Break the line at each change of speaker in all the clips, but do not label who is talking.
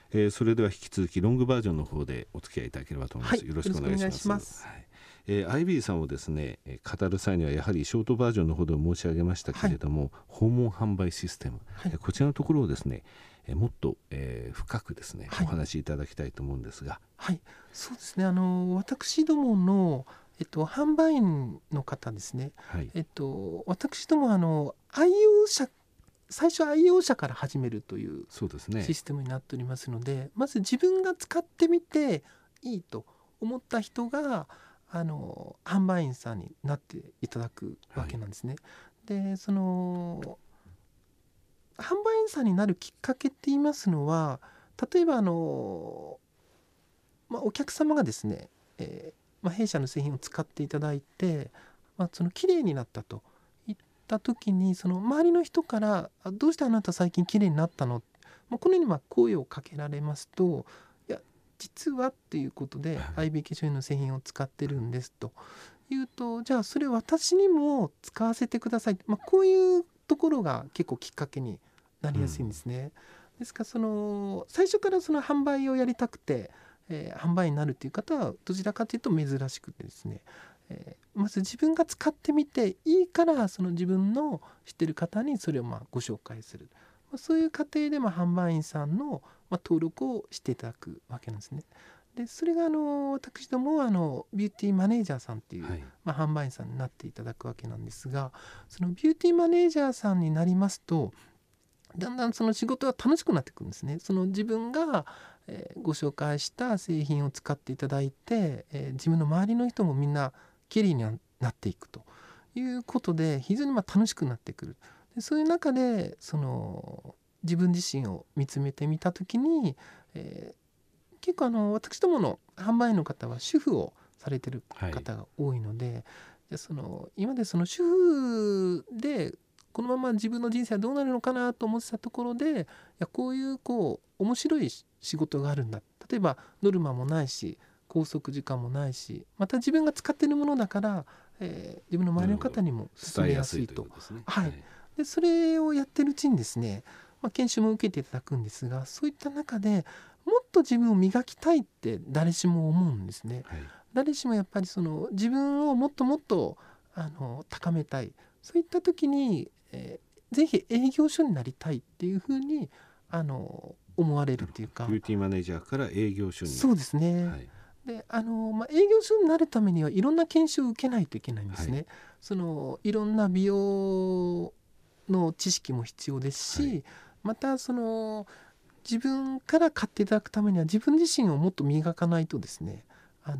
それでは引き続きロングバージョンの方でお付き合いいただければと思います。
はい、
よろしくお願いします。アイビーさんをですね語る際にはやはりショートバージョンの方で申し上げましたけれども、訪問販売システム、こちらのところをですねもっと、深くですね、お話しいただきたいと思うんですが。
はい、そうですね。私どもの、販売員の方ですね、私ども愛用者、最初愛用者から始めるというシステムになっておりますので、まず自分が使ってみていいと思った人が販売員さんになっていただくわけなんですね。でその販売員さんになるきっかけって言いますのは、例えばお客様がですね、弊社の製品を使っていただいて、その綺麗になったといった時に、その周りの人からどうしてあなた最近綺麗になったの、このように声をかけられますと、いや実はっていうことで IB 化粧品の製品を使ってるんですと言うと、じゃあそれ私にも使わせてください、こういうところが結構きっかけになりやすいんですね。ですから最初からその販売をやりたくて、販売になるという方はどちらかというと珍しくてですね、まず自分が使ってみていいから、その自分の知ってる方にそれをご紹介する、そういう過程で販売員さんの登録をしていただくわけなんですね。でそれが私どもビューティーマネージャーさんっていう、販売員さんになっていただくわけなんですが、そのビューティーマネージャーさんになりますと、だんだんその仕事が楽しくなってくるんですね。その自分が、ご紹介した製品を使っていただいて、自分の周りの人もみんなきれいになっていくということで、非常に楽しくなってくる。でそういう中で自分自身を見つめてみた時に、結構私どもの販売員の方は主婦をされてる方が多いので、今までその主婦でこのまま自分の人生はどうなるのかなと思ってたところで、いやこういう面白い仕事があるんだ、例えばノルマもないし拘束時間もないし、また自分が使っているものだから、自分の周りの方にも勧めやすいと。でそれをやってるうちにですね、研修も受けていただくんですが、そういった中でもっと自分を磨きたいって誰しも思うんですね。誰しもやっぱり自分をもっともっと高めたい、そういった時に、ぜひ営業所になりたいっていうふうに思われるっていうか、
ビューティーマネージャーから営業所に。
そうですね。で営業所になるためにはいろんな研修を受けないといけないんですね。いろんな美容の知識も必要ですし、また自分から買っていただくためには自分自身をもっと磨かないとですね、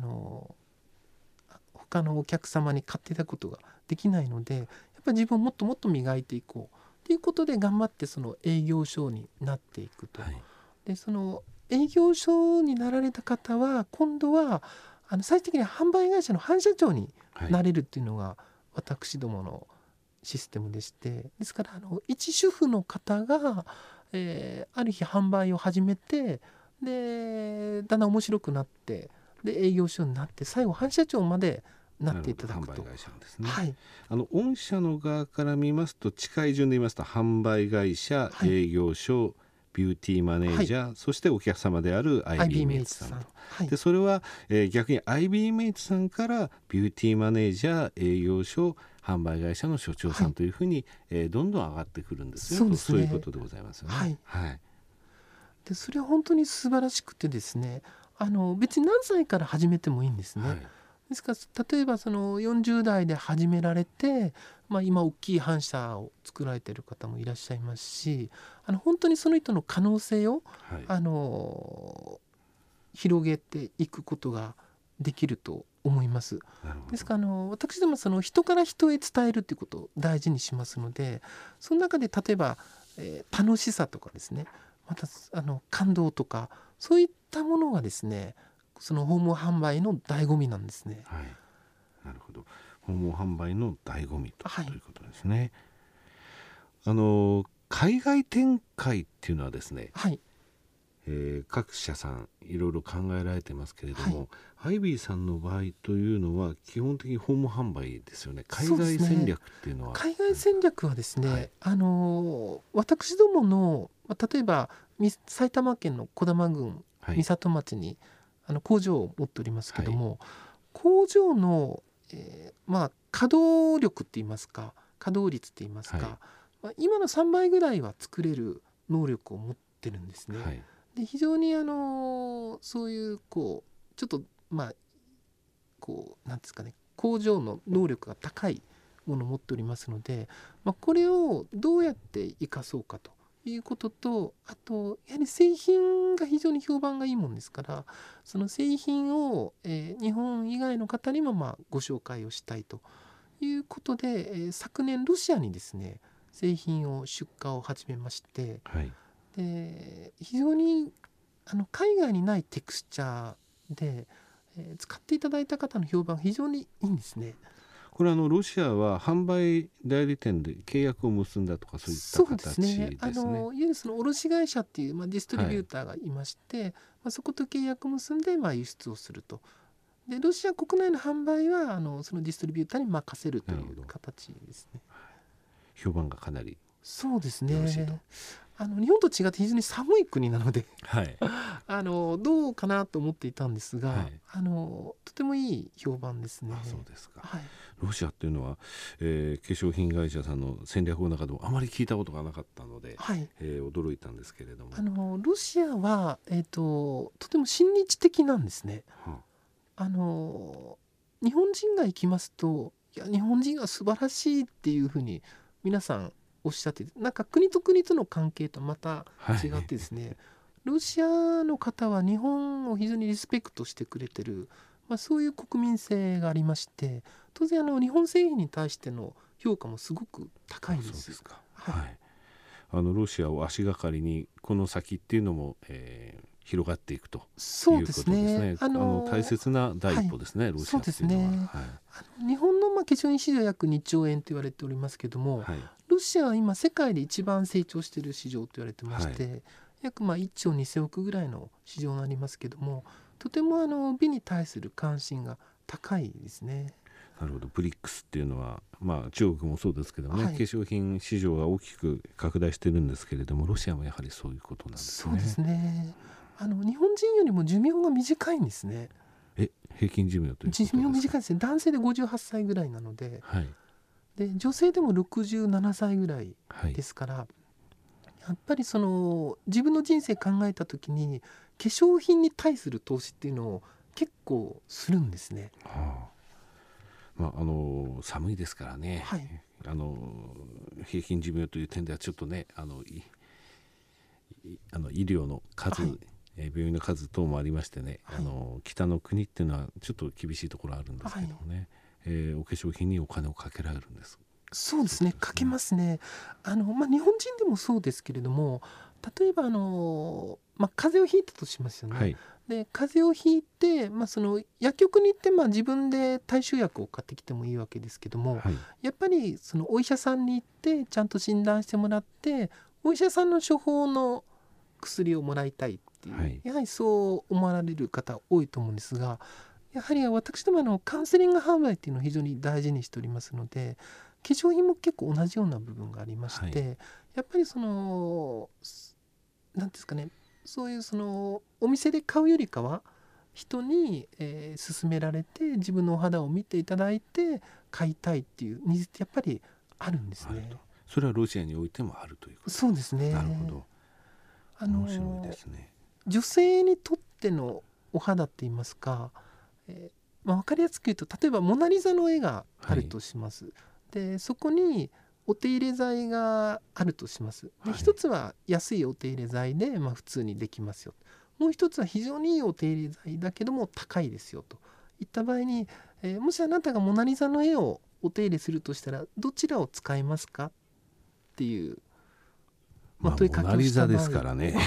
他のお客様に買っていただくことができないので、やっぱり自分をもっともっと磨いていこうということで頑張って営業所になっていくと。で営業所になられた方は今度は最終的には販売会社の販社長になれるっていうのが私どものシステムでして、ですから一主婦の方が、ある日販売を始めて、でだんだん面白くなって、で営業所になって最後販社長までなっていただくと。
販売会社ですね。御社の側から見ますと、近い順で言いますと販売会社、営業所、ビューティーマネージャー、そしてお客様である IB メイツさんと。でそれは、逆に IB メイツさんからビューティーマネージャー、営業所、販売会社の所長さんというふうに、どんどん上がってくるんですよ。そういうことでございますよね。
でそれは本当に素晴らしくてですね、別に何歳から始めてもいいんですね。ですから例えば40代で始められて、今大きい反社を作られている方もいらっしゃいますし、本当にその人の可能性を、広げていくことができると思います。ですから私ども人から人へ伝えるということを大事にしますので、その中で例えば、楽しさとかですね、また感動とか、そういったものがですね、訪問販売の醍醐味なんですね。
なるほど。訪問販売の醍醐味ということですね。海外展開っていうのはですね、各社さんいろいろ考えられてますけれども、アイビーさんの場合というのは基本的に訪問販売ですよね。海外戦略っていうのは。
海外戦略はですね、私どもの例えば埼玉県の児玉郡美里町に工場を持っておりますけども、工場の、稼働力って言いますか、稼働率って言いますか、今の3倍ぐらいは作れる能力を持ってるんですね。で非常にそういうちょっとなんですかね、工場の能力が高いものを持っておりますので、これをどうやって生かそうかということと、あとやはり製品が非常に評判がいいもんですから、その製品を、日本以外の方にもご紹介をしたいということで、昨年ロシアにですね製品を出荷を始めまして、で非常に海外にないテクスチャーで、使っていただいた方の評判が非常にいいんですね。
これロシアは販売代理店で契約を結んだとかそういった形ですね。
いわゆるその卸会社っていう、ディストリビューターがいまして、そこと契約を結んで輸出をすると。でロシア国内の販売はそのディストリビューターに任せるという形ですね。
評判がかなり
そうですね。日本と違って非常に寒い国なのでどうかなと思っていたんですが、とてもいい評判ですね。
そうですか。ロシアっていうのは、化粧品会社さんの戦略の中でもあまり聞いたことがなかったので、驚いたんですけれども、
ロシアは、とても親日的なんですね。日本人が行きますと、いや日本人は素晴らしいっていうふうに皆さんおっしゃって、なんか国と国との関係とまた違ってですね、ロシアの方は日本を非常にリスペクトしてくれてる、そういう国民性がありまして、当然日本製品に対しての評価もすごく高いです。
そうですか。ロシアを足がかりにこの先っていうのも、広がっていくということですね。大切な第一歩ですね、ロシアっていうのは。
日本の化粧品市場約2兆円と言われておりますけども、ロシアは今世界で一番成長している市場と言われてまして、約1兆2000億ぐらいの市場になりますけども、とても美に対する関心が高いですね。
なるほど。ブリックスっていうのは、中国もそうですけどね、化粧品市場が大きく拡大してるんですけれども、ロシアもやはりそういうことなんですね。
そうですね。日本人よりも寿命が短いんですね。
平均寿命ということですか。
寿命短いですね。男性で58歳ぐらいなので、で女性でも67歳ぐらいですから、やっぱりその自分の人生考えた時に化粧品に対する投資っていうのを結構するんですね。
寒いですからね、平均寿命という点ではちょっとね、医療の数、病院の数等もありましてね、北の国っていうのはちょっと厳しいところあるんですけどもね、お化粧品にお金をかけられるんです。
そうですね、かけますね。日本人でもそうですけれども、例えば風邪をひいたとしますよね。で風邪をひいて、その薬局に行って、自分で対処薬を買ってきてもいいわけですけども、やっぱりそのお医者さんに行ってちゃんと診断してもらって、お医者さんの処方の薬をもらいたいっていう、やはりそう思われる方多いと思うんですが、やはり私どもカウンセリング販売っていうのを非常に大事にしておりますので、化粧品も結構同じような部分がありまして、やっぱりその何ですかね、そういうそのお店で買うよりかは人に、勧められて自分のお肌を見ていただいて買いたいっていうニーズってやっぱりあるんですね。
それはロシアにおいてもあるということですか。
そうですね。
なるほど。面白いですね。
女性にとってのお肌って言いますか、分かりやすく言うと、例えばモナリザの絵があるとします。でそこにお手入れ剤があるとします。で一つは安いお手入れ剤で、普通にできますよ。もう一つは非常にいいお手入れ剤だけども高いですよといった場合に、もしあなたがモナリザの絵をお手入れするとしたらどちらを使いますかっていう、
問いかけをした場合、モナリザですからね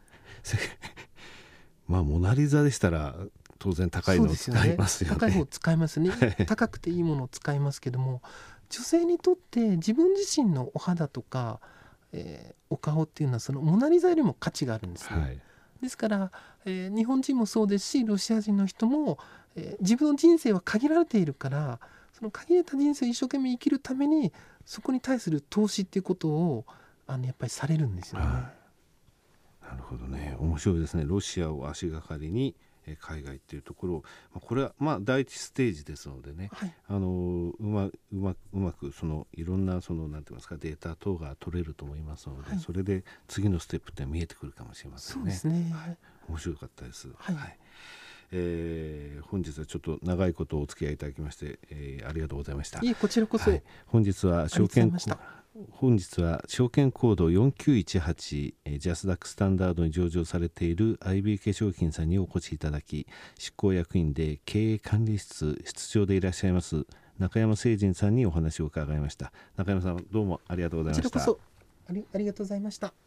モナリザでしたら当然高いのを使いますよね。
高い方を使いますね。高くていいものを使いますけども、女性にとって自分自身のお肌とか、お顔っていうのはそのモナリザよりも価値があるんですね。ですから、日本人もそうですしロシア人の人も、自分の人生は限られているから、その限られた人生を一生懸命生きるためにそこに対する投資っていうことをやっぱりされるんですよね。
なるほどね、面白いですね。ロシアを足がかりに海外っていうところ、これは第一ステージですのでね、はい、うまくいろんななんて言いますか、データ等が取れると思いますので、はい、それで次のステップって見えてくるかもしれませんね。
そうですね、
はい、面白かったです。はい、はい。本日はちょっと長いことお付き合いいただきまして、ありがとうございました。
いえ、こちらこそ、はい、
本日は証券コード4918、ジャスダックスタンダードに上場されている IB 化粧品さんにお越しいただき、執行役員で経営管理室室長でいらっしゃいます中山誠人さんにお話を伺いました。中山さん、どうもありがとうございました。
こちらこそありがとうございました。